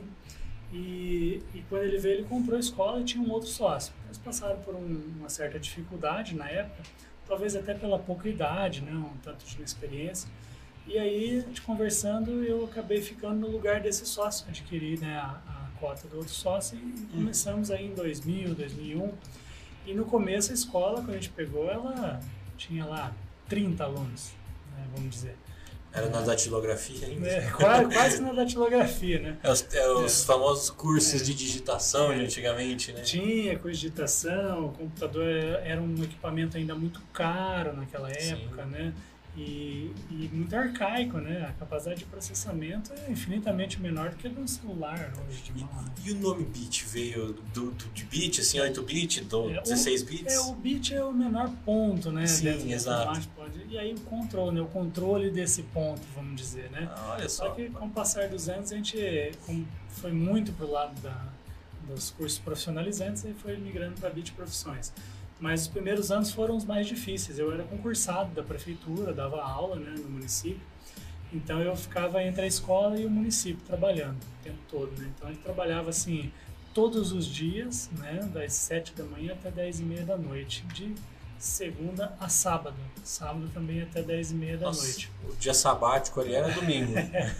E, e quando ele veio, ele comprou a escola e tinha um outro sócio. Eles passaram por um, uma certa dificuldade na época, talvez até pela pouca idade, né? Um tanto de inexperiência. E aí, conversando, eu acabei ficando no lugar desse sócio, adquiri, né, a, a cota do outro sócio e começamos aí em dois mil, dois mil e um. E no começo a escola, quando a gente pegou, ela tinha lá trinta alunos, né, vamos dizer. Era na datilografia ainda? É, quase, quase na datilografia, né? É os, é os é. famosos cursos é. de digitação de antigamente, né? Tinha curso de digitação, o computador era um equipamento ainda muito caro naquela época, Sim. né? E, e muito arcaico, né? A capacidade de processamento é infinitamente menor do que do celular hoje de mão. E, e o nome bit veio do, do, de bit, assim, oito bit, do é, dezesseis bits? É, o bit é o menor ponto, né? Sim, exato. Pode, e aí o controle, né? O controle desse ponto, vamos dizer, né? Ah, olha só. Só que com o passar dos anos a gente foi muito pro lado da, dos cursos profissionalizantes e foi migrando para Bit Profissões. Mas os primeiros anos foram os mais difíceis. Eu era concursado da prefeitura, dava aula, né, no município. Então eu ficava entre a escola e o município trabalhando o tempo todo, né? Então a gente trabalhava assim todos os dias, né, das sete da manhã até dez e meia da noite, de segunda a sábado. Sábado também até dez e meia da Nossa, noite. O dia sabático ali era domingo.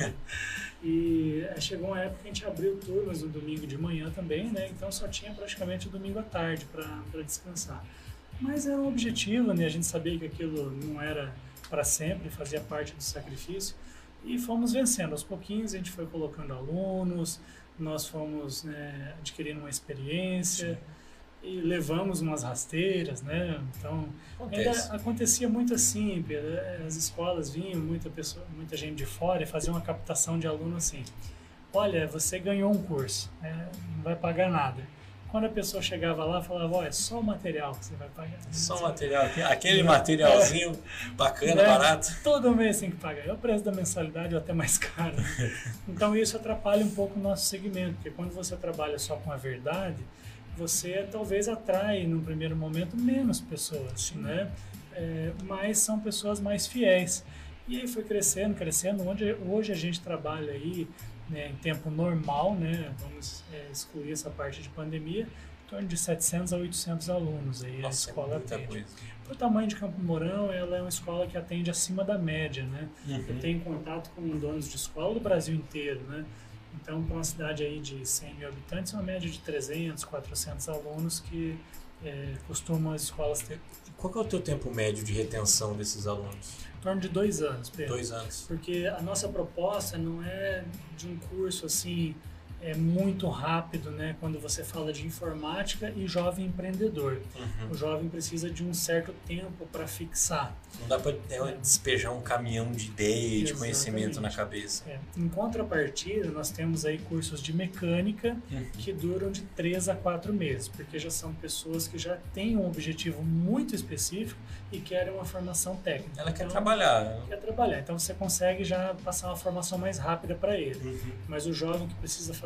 E chegou uma época que a gente abriu turmas no domingo de manhã também, né? Então só tinha praticamente o domingo à tarde para descansar. Mas era um objetivo, né? A gente sabia que aquilo não era para sempre, fazia parte do sacrifício. E fomos vencendo. Aos pouquinhos a gente foi colocando alunos, nós fomos, né, adquirindo uma experiência. Sim. E levamos umas rasteiras, né? Então, ainda acontecia muito assim, as escolas vinham, muita pessoa, muita gente de fora e fazia uma captação de aluno assim. Olha, você ganhou um curso, né? Não vai pagar nada. Quando a pessoa chegava lá, falava, olha, é só o material que você vai pagar. Só o material, aquele materialzinho é, bacana, né? Barato. Todo mês tem que pagar. É o preço da mensalidade ou até mais caro. Então isso atrapalha um pouco o nosso segmento, porque quando você trabalha só com a verdade, você talvez atrai, no primeiro momento, menos pessoas, Sim. né? É, mas são pessoas mais fiéis. E aí foi crescendo, crescendo. Onde, hoje a gente trabalha aí, né, em tempo normal, né? Vamos é, excluir essa parte de pandemia, em torno de setecentos a oitocentos alunos aí. Nossa, a escola é atende. Para o tamanho de Campo Mourão, ela é uma escola que atende acima da média, né? Uhum. Eu tenho contato com donos de escola do Brasil inteiro, né? Então, para uma cidade aí de cem mil habitantes, é uma média de trezentos, quatrocentos alunos que é, costumam as escolas ter. Qual que é o teu tempo médio de retenção desses alunos? Em torno de dois anos, Pedro. Dois anos. Porque a nossa proposta não é de um curso assim, é muito rápido, né? Quando você fala de informática e jovem empreendedor. Uhum. O jovem precisa de um certo tempo para fixar. Não dá para é, despejar um caminhão de ideia e de conhecimento na cabeça. É. Em contrapartida, nós temos aí cursos de mecânica uhum. que duram de três a quatro meses, porque já são pessoas que já têm um objetivo muito específico e querem uma formação técnica. Ela então, quer trabalhar. Né? Quer trabalhar. Então você consegue já passar uma formação mais rápida para ele. Uhum. Mas o jovem que precisa fazer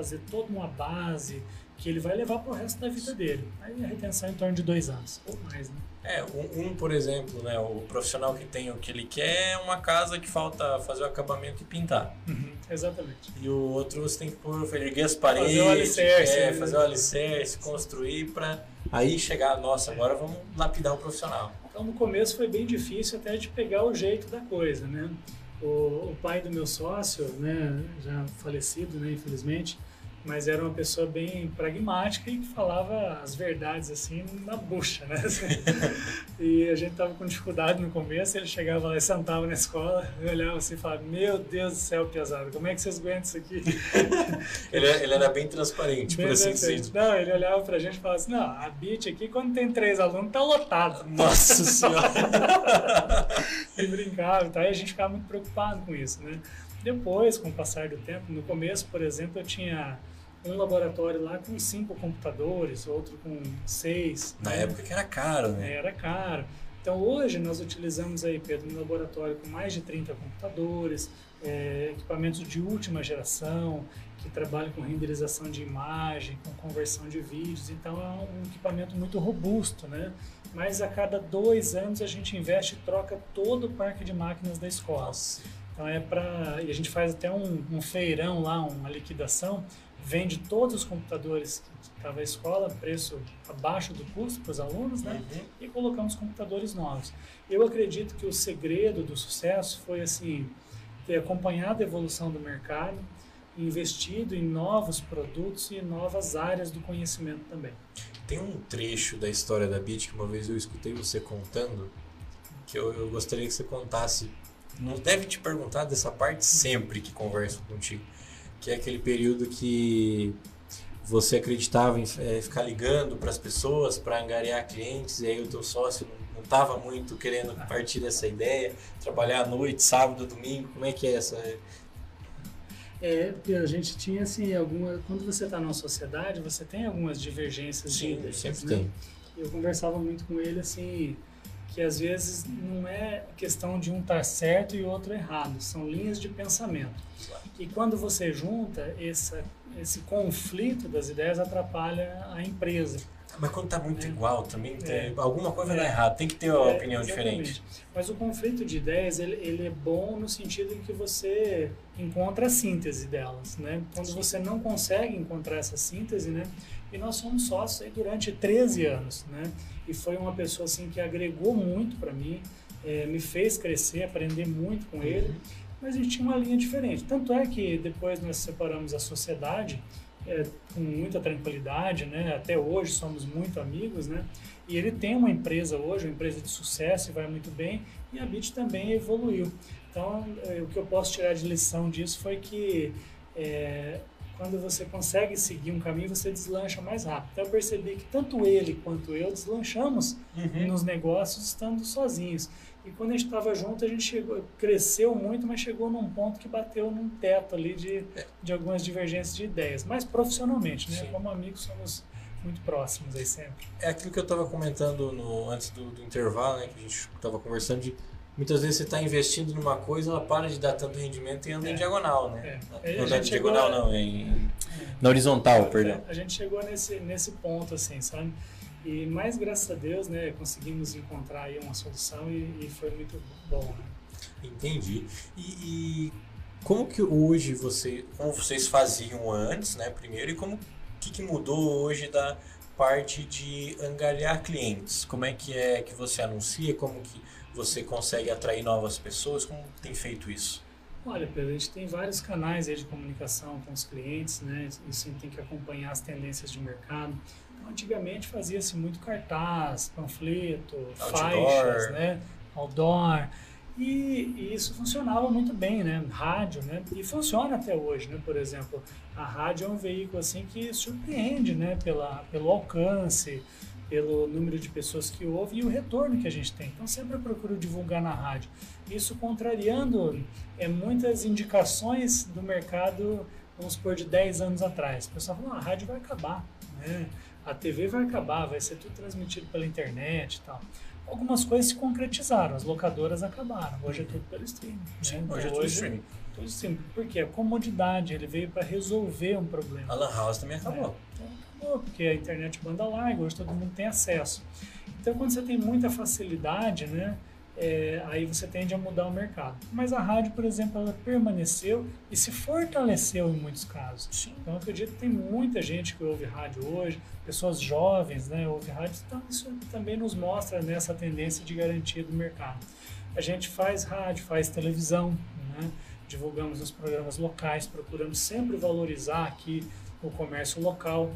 fazer toda uma base que ele vai levar para o resto da vida dele. Aí a retenção é em torno de dois anos, ou mais, né? É, um, um, por exemplo, né, o profissional que tem o que ele quer é uma casa que falta fazer o acabamento e pintar. Uhum, exatamente. E o outro você tem que pôr, erguer as paredes, fazer o alicerce, é, né? fazer o alicerce, construir para aí chegar, nossa, agora vamos lapidar o profissional. Então no começo foi bem difícil até de pegar o jeito da coisa, né? O, o pai do meu sócio, né, já falecido, né, infelizmente, mas era uma pessoa bem pragmática e que falava as verdades assim na bucha, né? E a gente tava com dificuldade no começo, ele chegava lá e sentava na escola, eu olhava assim e falava, meu Deus do céu, piazada, como é que vocês aguentam isso aqui? ele, ele era bem transparente, bem por assim dizer. Não, ele olhava pra gente e falava assim, não, a B I T aqui, quando tem três alunos, tá lotado. Nossa Senhora! E brincava, tá? E a gente ficava muito preocupado com isso, né? Depois, com o passar do tempo, no começo, por exemplo, eu tinha um laboratório lá com cinco computadores, outro com seis. Na né? época que era caro, né? Era caro. Então hoje nós utilizamos aí, Pedro, um laboratório com mais de trinta computadores, é, equipamentos de última geração, que trabalham com renderização de imagem, com conversão de vídeos. Então é um equipamento muito robusto, né? Mas a cada dois anos a gente investe e troca todo o parque de máquinas da escola. Nossa. Então é para... E a gente faz até um, um feirão lá, uma liquidação, vende todos os computadores que estava a escola, preço abaixo do custo para os alunos, né? Uhum. E colocamos computadores novos. Eu acredito que o segredo do sucesso foi assim, ter acompanhado a evolução do mercado, investido em novos produtos e novas áreas do conhecimento também. Tem um trecho da história da B I T que uma vez eu escutei você contando, que eu, eu gostaria que você contasse. Não deve te perguntar dessa parte sempre que converso contigo, que é aquele período que você acreditava em é, ficar ligando para as pessoas para angariar clientes, e aí o teu sócio não estava muito querendo partir dessa ideia, trabalhar à noite, sábado, domingo, como é que é essa... É, a gente tinha assim, alguma, quando você está numa sociedade, você tem algumas divergências. Sim, de ideias, sempre né? tem. Eu conversava muito com ele assim, que às vezes não é questão de um estar certo e o outro errado, são linhas de pensamento. E quando você junta, essa, esse conflito das ideias atrapalha a empresa. Mas quando está muito é. igual, também tem, é. alguma coisa vai dar errado, tem que ter uma é, opinião exatamente. diferente. Mas o conflito de ideias, ele, ele é bom no sentido em que você encontra a síntese delas, né? Quando Sim. você não consegue encontrar essa síntese, né? E nós somos sócios aí durante treze anos, né? E foi uma pessoa assim que agregou muito para mim, é, me fez crescer, aprender muito com ele, uhum. mas a gente tinha uma linha diferente. Tanto é que depois nós separamos a sociedade, É, com muita tranquilidade, né? Até hoje somos muito amigos, né? E ele tem uma empresa hoje, uma empresa de sucesso e vai muito bem, e a B I T também evoluiu. Então, é, o que eu posso tirar de lição disso foi que é, quando você consegue seguir um caminho, você deslancha mais rápido. Então, eu percebi que tanto ele quanto eu deslanchamos uhum. nos negócios estando sozinhos. E quando a gente estava junto, a gente chegou, cresceu muito, mas chegou num ponto que bateu num teto ali de, de algumas divergências de ideias. Mas profissionalmente, né? Sim. Como amigos, somos muito próximos aí sempre. É aquilo que eu estava comentando no, antes do, do intervalo, né? Que a gente estava conversando de... Muitas vezes você está investindo numa coisa, ela para de dar tanto rendimento e anda é. em diagonal, né? É. Não dá de diagonal, a... não, em... É. na horizontal, é. perdão. A gente chegou nesse, nesse ponto, assim, sabe? E mais graças a Deus, né, conseguimos encontrar aí uma solução e, e foi muito bom, né? Entendi. E, e como que hoje você, como vocês faziam antes, né, primeiro, e como que, que mudou hoje da parte de angariar clientes? Como é que é que você anuncia? Como que você consegue atrair novas pessoas? Como tem feito isso? Olha, Pedro, a gente tem vários canais aí de comunicação com os clientes, né? Isso tem que acompanhar as tendências de mercado. Então, antigamente fazia-se muito cartaz, panfleto, outdoor. faixas, né? Outdoor. E, e isso funcionava muito bem, né? Rádio, né? E funciona até hoje, né? Por exemplo, a rádio é um veículo assim que surpreende, né? Pela, pelo alcance, pelo número de pessoas que ouvem e o retorno que a gente tem. Então, sempre eu procuro divulgar na rádio. Isso contrariando é, muitas indicações do mercado, vamos supor, de dez anos atrás. O pessoal fala, ah, a rádio vai acabar, né? A T V vai acabar, vai ser tudo transmitido pela internet e tal. Algumas coisas se concretizaram, as locadoras acabaram, hoje é tudo pelo streaming. Sim, né? hoje é tudo hoje, streaming. Tudo simples. Por quê? A comodidade, ele veio para resolver um problema. A Lan House também acabou. É, então acabou, porque a internet banda larga, hoje todo mundo tem acesso. Então, quando você tem muita facilidade, né, é, aí você tende a mudar o mercado. Mas a rádio, por exemplo, ela permaneceu e se fortaleceu em muitos casos. Sim. Então, eu acredito que tem muita gente que ouve rádio hoje, pessoas jovens, né, ouvem rádio, então isso também nos mostra nessa tendência de garantia do mercado. A gente faz rádio, faz televisão, né, divulgamos nos programas locais, procuramos sempre valorizar aqui o comércio local.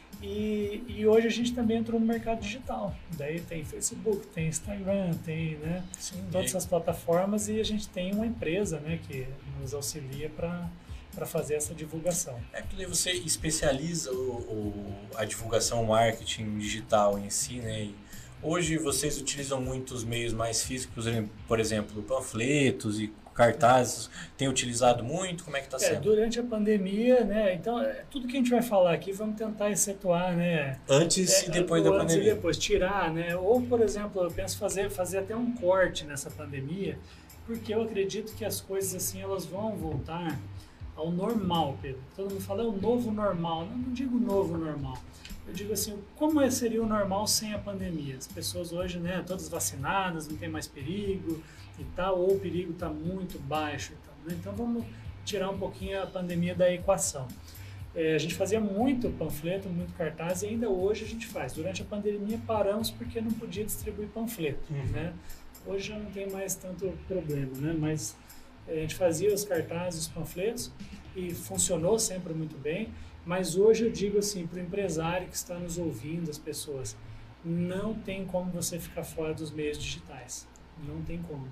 E, e hoje a gente também entrou no mercado digital. Daí tem Facebook, tem Instagram, tem, né, Sim, todas essas plataformas, e a gente tem uma empresa, né, que nos auxilia para para fazer essa divulgação. É porque você especializa o, o, a divulgação, o marketing digital em si, né? E hoje vocês utilizam muitos meios mais físicos, por exemplo, panfletos e cartazes. Tem utilizado muito? Como é que está É, sendo? durante a pandemia, né? Então, é, tudo que a gente vai falar aqui, vamos tentar excetuar, né? Antes É, e depois da antes pandemia. e depois, tirar, né? Ou, por exemplo, eu penso fazer, fazer até um corte nessa pandemia, porque eu acredito que as coisas assim, elas vão voltar ao normal, Pedro. Todo mundo fala, é o novo normal. Não, não digo novo normal. Eu digo assim, como seria o normal sem a pandemia? As pessoas hoje, né, todas vacinadas, não tem mais perigo e tal, ou o perigo está muito baixo e tal, né? Então vamos tirar um pouquinho a pandemia da equação. É, a gente fazia muito panfleto, muito cartaz, e ainda hoje a gente faz. Durante a pandemia paramos porque não podia distribuir panfleto, Uhum. né? Hoje já não tem mais tanto problema, né? Mas a gente fazia os cartazes, os panfletos, e funcionou sempre muito bem. Mas hoje eu digo assim, para o empresário que está nos ouvindo, as pessoas, não tem como você ficar fora dos meios digitais. Não tem como.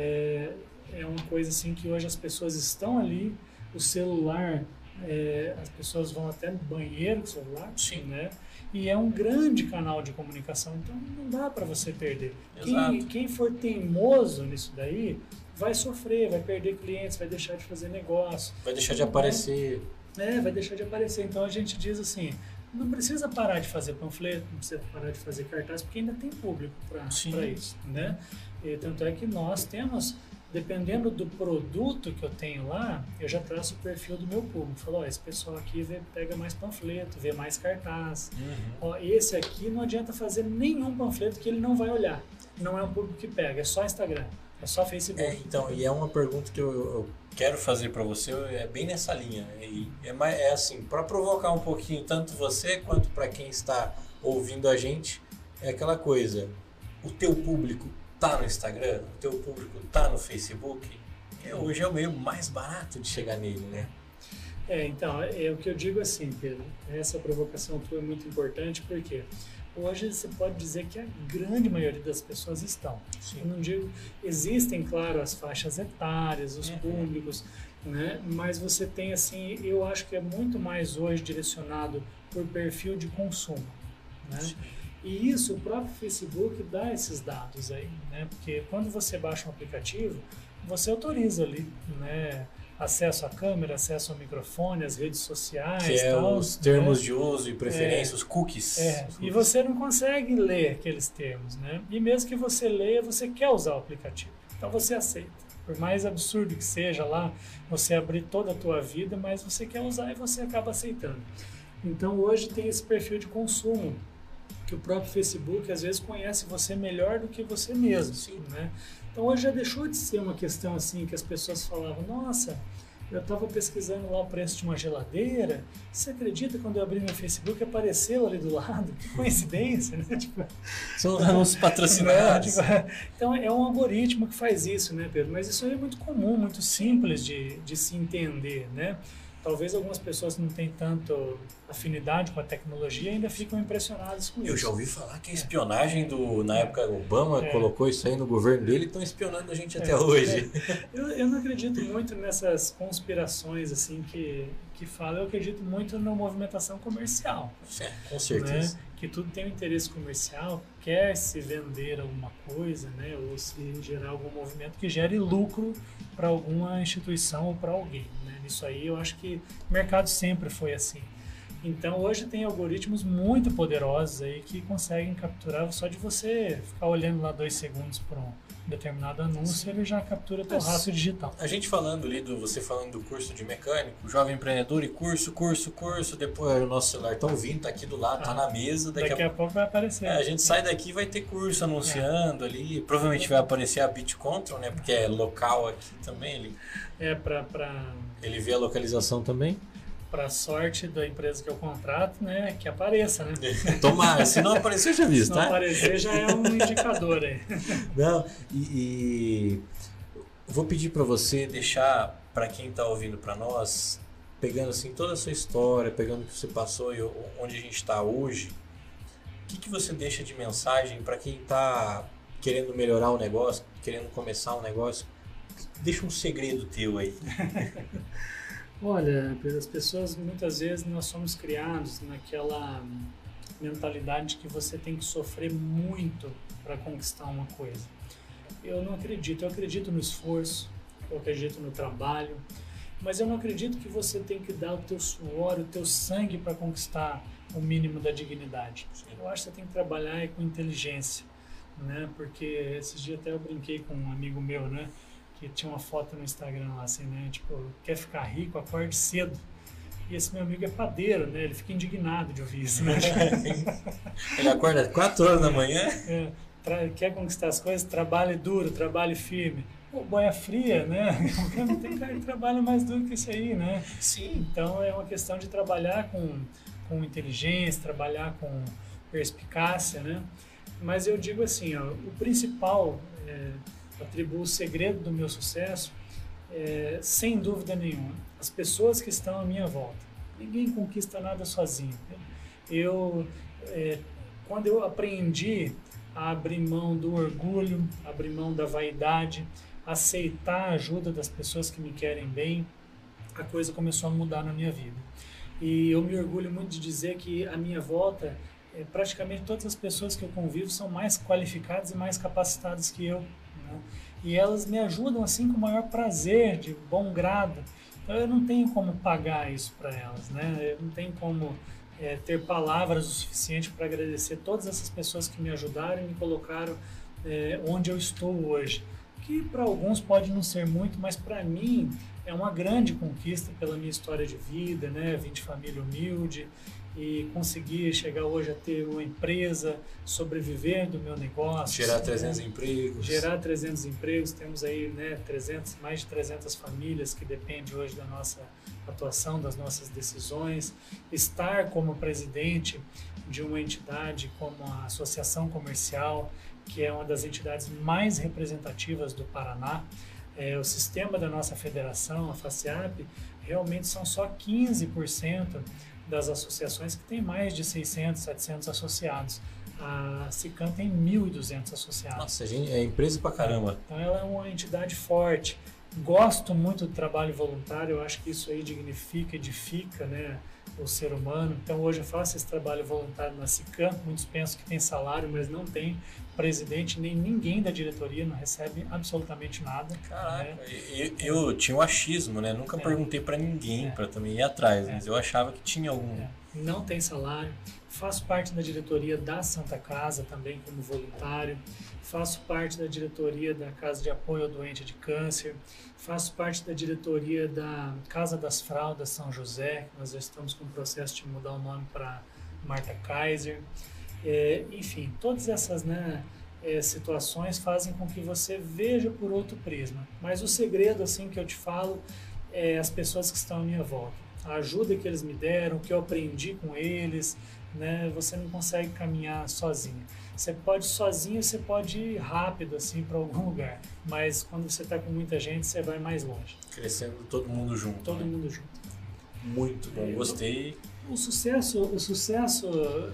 É, é uma coisa assim que hoje as pessoas estão ali, o celular, é, as pessoas vão até no banheiro com o celular, Sim. né? E é um grande canal de comunicação, então não dá para você perder. Quem, quem for teimoso nisso daí, vai sofrer, vai perder clientes, vai deixar de fazer negócio. Vai deixar de aparecer. É, vai deixar de aparecer. Então a gente diz assim, não precisa parar de fazer panfleto, não precisa parar de fazer cartaz, porque ainda tem público para isso, né? E tanto é que nós temos, dependendo do produto que eu tenho lá, eu já traço o perfil do meu público. Falo, ó, esse pessoal aqui vê, pega mais panfleto, vê mais cartaz. Uhum. Ó, esse aqui não adianta fazer nenhum panfleto que ele não vai olhar. Não é um público que pega, é só Instagram, é só Facebook. É, então, e é uma pergunta que eu, eu quero fazer para você, é bem nessa linha. E é, mais, é assim, para provocar um pouquinho tanto você quanto para quem está ouvindo a gente, é aquela coisa, o teu público tá no Instagram, o teu público tá no Facebook, é, hoje é o meio mais barato de chegar nele, né? É, então, é o que eu digo assim, Pedro, essa provocação tua é muito importante, porque hoje você pode dizer que a grande maioria das pessoas estão. Sim. Eu não digo, existem, claro, as faixas etárias, os Uhum. públicos, né? Mas você tem, assim, eu acho que é muito mais hoje direcionado por perfil de consumo, né? Sim. E isso, o próprio Facebook dá esses dados aí, né? Porque quando você baixa um aplicativo, você autoriza ali, né? Acesso à câmera, acesso ao microfone, às redes sociais. Que é tal, os termos né? de uso e preferência, É. os cookies. É, Os e cookies. você não consegue ler aqueles termos, né? E mesmo que você leia, você quer usar o aplicativo. Então você aceita. Por mais absurdo que seja lá, você abrir toda a tua vida, mas você quer usar e você acaba aceitando. Então hoje tem esse perfil de consumo, que o próprio Facebook às vezes conhece você melhor do que você mesmo, Sim. né? Então hoje já deixou de ser uma questão assim que as pessoas falavam, nossa, eu estava pesquisando lá o preço de uma geladeira, você acredita quando eu abri meu Facebook apareceu ali do lado? Que coincidência, né? Tipo, São anúncios patrocinados. né? Tipo, então é um algoritmo que faz isso, né, Pedro? Mas isso aí é muito comum, muito simples de, de se entender, né? Talvez algumas pessoas não tenham tanto afinidade com a tecnologia e ainda ficam impressionadas com Eu isso. já ouvi falar que a espionagem do... Na época, Obama É. colocou isso aí no governo dele e estão espionando a gente até É, hoje. é. Eu, eu não acredito muito nessas conspirações assim que, que falam. Eu acredito muito na movimentação comercial. É, com certeza. Né? Que tudo tem um interesse comercial, quer se vender alguma coisa, né? Ou se gerar algum movimento que gere lucro para alguma instituição ou para alguém. Né? Isso aí eu acho que o mercado sempre foi assim. Então hoje tem algoritmos muito poderosos aí que conseguem capturar só de você ficar olhando lá dois segundos por um determinado anúncio, ele já captura teu rastro digital. A gente falando ali, do, você falando do curso de mecânico, jovem empreendedor e curso, curso, curso, depois o nosso celular tá ouvindo, tá aqui do lado, ah, tá na mesa. Daqui, daqui a, a pouco vai aparecer. É, a gente sai daqui e vai ter curso anunciando é. ali, provavelmente vai aparecer a BitControl, né, porque é local aqui também. Ele, é, pra, pra... ele vê a localização também. Para sorte da empresa que eu contrato, né, que apareça, né? Tomara, se não aparecer, eu já vi, tá? Se não aparecer, já é um indicador aí. Não, e, e vou pedir para você deixar para quem está ouvindo para nós, pegando assim toda a sua história, pegando o que você passou e onde a gente está hoje, o que, que você deixa de mensagem para quem está querendo melhorar o negócio, querendo começar um negócio? Deixa um segredo teu aí. Olha, as pessoas, muitas vezes nós somos criados naquela mentalidade de que você tem que sofrer muito para conquistar uma coisa. Eu não acredito, eu acredito no esforço, eu acredito no trabalho, mas eu não acredito que você tem que dar o teu suor, o teu sangue para conquistar o mínimo da dignidade. Eu acho que você tem que trabalhar com inteligência, né? Porque esses dias até eu brinquei com um amigo meu, né? Que tinha uma foto no Instagram lá, assim, né? Tipo, quer ficar rico, acorde cedo. E esse meu amigo é padeiro, né? Ele fica indignado de ouvir isso, né? Ele acorda às quatro horas da manhã. É, tra- quer conquistar as coisas? Trabalhe duro, trabalhe firme. Pô, boia fria, né? Não tem cara que trabalha mais duro que isso aí, né? Sim. Então é uma questão de trabalhar com, com inteligência, trabalhar com perspicácia, né? Mas eu digo assim, ó, o principal... É, atribuo o segredo do meu sucesso, é, sem dúvida nenhuma, as pessoas que estão à minha volta. Ninguém conquista nada sozinho. Eu, é, quando eu aprendi a abrir mão do orgulho, abrir mão da vaidade, aceitar a ajuda das pessoas que me querem bem, a coisa começou a mudar na minha vida. E eu me orgulho muito de dizer que à minha volta, é, praticamente todas as pessoas que eu convivo são mais qualificadas e mais capacitadas que eu. E elas me ajudam assim com o maior prazer, de bom grado. Então eu não tenho como pagar isso para elas, né? Eu não tenho como é, ter palavras o suficiente para agradecer todas essas pessoas que me ajudaram e me colocaram é, onde eu estou hoje. Que para alguns pode não ser muito, mas para mim é uma grande conquista pela minha história de vida, né? Vim de família humilde e conseguir chegar hoje a ter uma empresa, sobreviver do meu negócio. Gerar trezentos né? empregos. Gerar trezentos empregos. Temos aí né, trezentos, mais de trezentas famílias que dependem hoje da nossa atuação, das nossas decisões. Estar como presidente de uma entidade como a Associação Comercial, que é uma das entidades mais representativas do Paraná. É, o sistema da nossa federação, a FACIAP, realmente são só quinze por cento das associações que tem mais de seiscentos, setecentos associados. A SICAM tem mil e duzentos associados. Nossa, gente, é empresa pra caramba. Então ela é uma entidade forte. Gosto muito do trabalho voluntário, eu acho que isso aí dignifica, edifica, né, o ser humano. Então hoje eu faço esse trabalho voluntário na SICAM, muitos pensam que tem salário, mas não tem. Presidente, nem ninguém da diretoria não recebe absolutamente nada. Caraca, né? eu, eu tinha um achismo, né? Nunca é. perguntei para ninguém é. para também ir atrás, é. mas eu achava que tinha algum. É. Não tem salário. Faço parte da diretoria da Santa Casa também como voluntário. Faço parte da diretoria da Casa de Apoio ao Doente de Câncer. Faço parte da diretoria da Casa das Fraldas São José. Nós já estamos com o processo de mudar o nome para Marta Kaiser. É, enfim, todas essas né, é, situações fazem com que você veja por outro prisma. Mas o segredo assim que eu te falo é as pessoas que estão à minha volta. A ajuda que eles me deram, o que eu aprendi com eles, né, você não consegue caminhar sozinho. Você pode sozinho, você pode ir rápido assim para algum lugar, mas quando você está com muita gente, você vai mais longe. Crescendo todo mundo junto. Todo né? mundo junto. Muito bom, gostei. O, o sucesso, o sucesso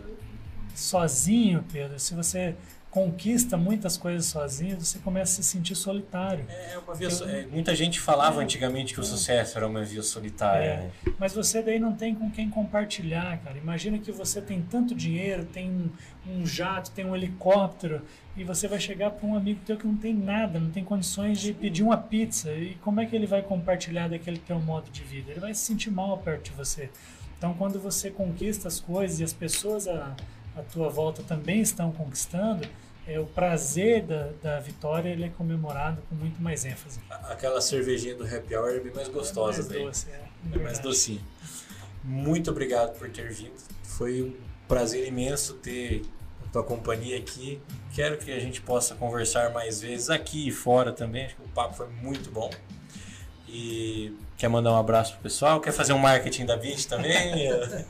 sozinho, Pedro, se você conquista muitas coisas sozinho, você começa a se sentir solitário. É uma via, eu, é, muita gente falava é, antigamente que é, o sucesso era uma via solitária. É, né? Mas você daí não tem com quem compartilhar, cara. Imagina que você tem tanto dinheiro, tem um, um jato, tem um helicóptero, e você vai chegar para um amigo teu que não tem nada, não tem condições de pedir uma pizza. E como é que ele vai compartilhar daquele teu modo de vida? Ele vai se sentir mal perto de você. Então, quando você conquista as coisas e as pessoas à, à tua volta também estão conquistando, é, o prazer da, da vitória ele é comemorado com muito mais ênfase. Aquela cervejinha do happy hour é bem mais gostosa. É mais doce, é, é mais docinho. Muito obrigado por ter vindo. Foi um prazer imenso ter a tua companhia aqui. Quero que a gente possa conversar mais vezes aqui e fora também. Acho que o papo foi muito bom. E quer mandar um abraço pro pessoal? Quer fazer um marketing da Bit também?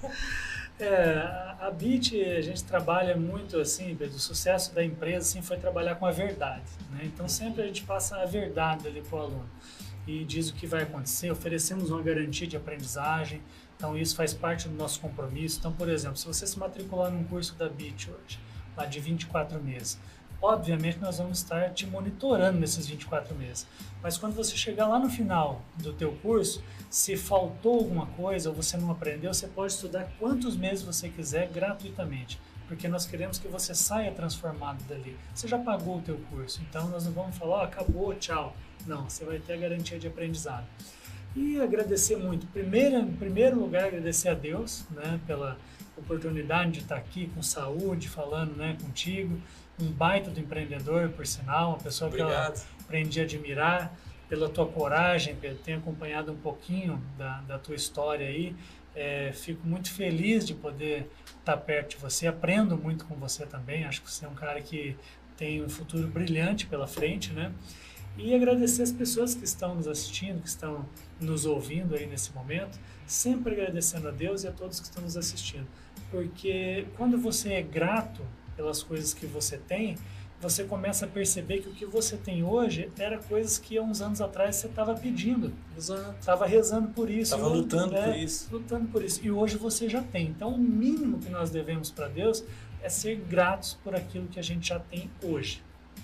É, a Bit, a gente trabalha muito assim, o sucesso da empresa assim, foi trabalhar com a verdade, né? Então sempre a gente passa a verdade ali para o aluno e diz o que vai acontecer, oferecemos uma garantia de aprendizagem, então isso faz parte do nosso compromisso. Então, por exemplo, se você se matricular num curso da Bit hoje, lá de vinte e quatro meses, obviamente nós vamos estar te monitorando nesses vinte e quatro meses, mas quando você chegar lá no final do teu curso, se faltou alguma coisa ou você não aprendeu, você pode estudar quantos meses você quiser gratuitamente, porque nós queremos que você saia transformado dali. Você já pagou o teu curso, então nós não vamos falar, oh, acabou, tchau. Não, você vai ter a garantia de aprendizado. E agradecer muito. Primeiro, em primeiro lugar, agradecer a Deus, né, pela oportunidade de estar aqui com saúde, falando, né, contigo. Um baita do empreendedor, por sinal, uma pessoa Obrigado. que eu aprendi a admirar, pela tua coragem, Pedro. Tenho acompanhado um pouquinho da, da tua história aí. É, fico muito feliz de poder estar perto de você. Aprendo muito com você também. Acho que você é um cara que tem um futuro brilhante pela frente, né? E agradecer as pessoas que estão nos assistindo, que estão nos ouvindo aí nesse momento. Sempre agradecendo a Deus e a todos que estão nos assistindo. Porque quando você é grato pelas coisas que você tem, você começa a perceber que o que você tem hoje era coisas que há uns anos atrás você estava pedindo. Exato. Estava rezando por isso. Estava lutando é, por isso. Lutando por isso. E hoje você já tem. Então, o mínimo que nós devemos para Deus é ser gratos por aquilo que a gente já tem hoje.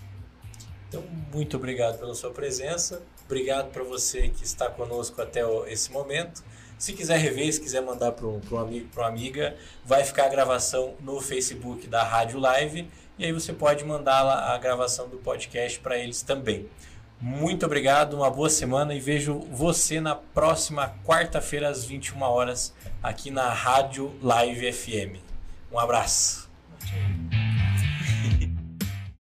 Então, muito obrigado pela sua presença. Obrigado para você que está conosco até esse momento. Se quiser rever, se quiser mandar para um, para um amigo, para uma amiga, vai ficar a gravação no Facebook da Rádio Live e aí você pode mandar lá a gravação do podcast para eles também. Muito obrigado, uma boa semana e vejo você na próxima quarta-feira às vinte e uma horas aqui na Rádio Live F M. Um abraço.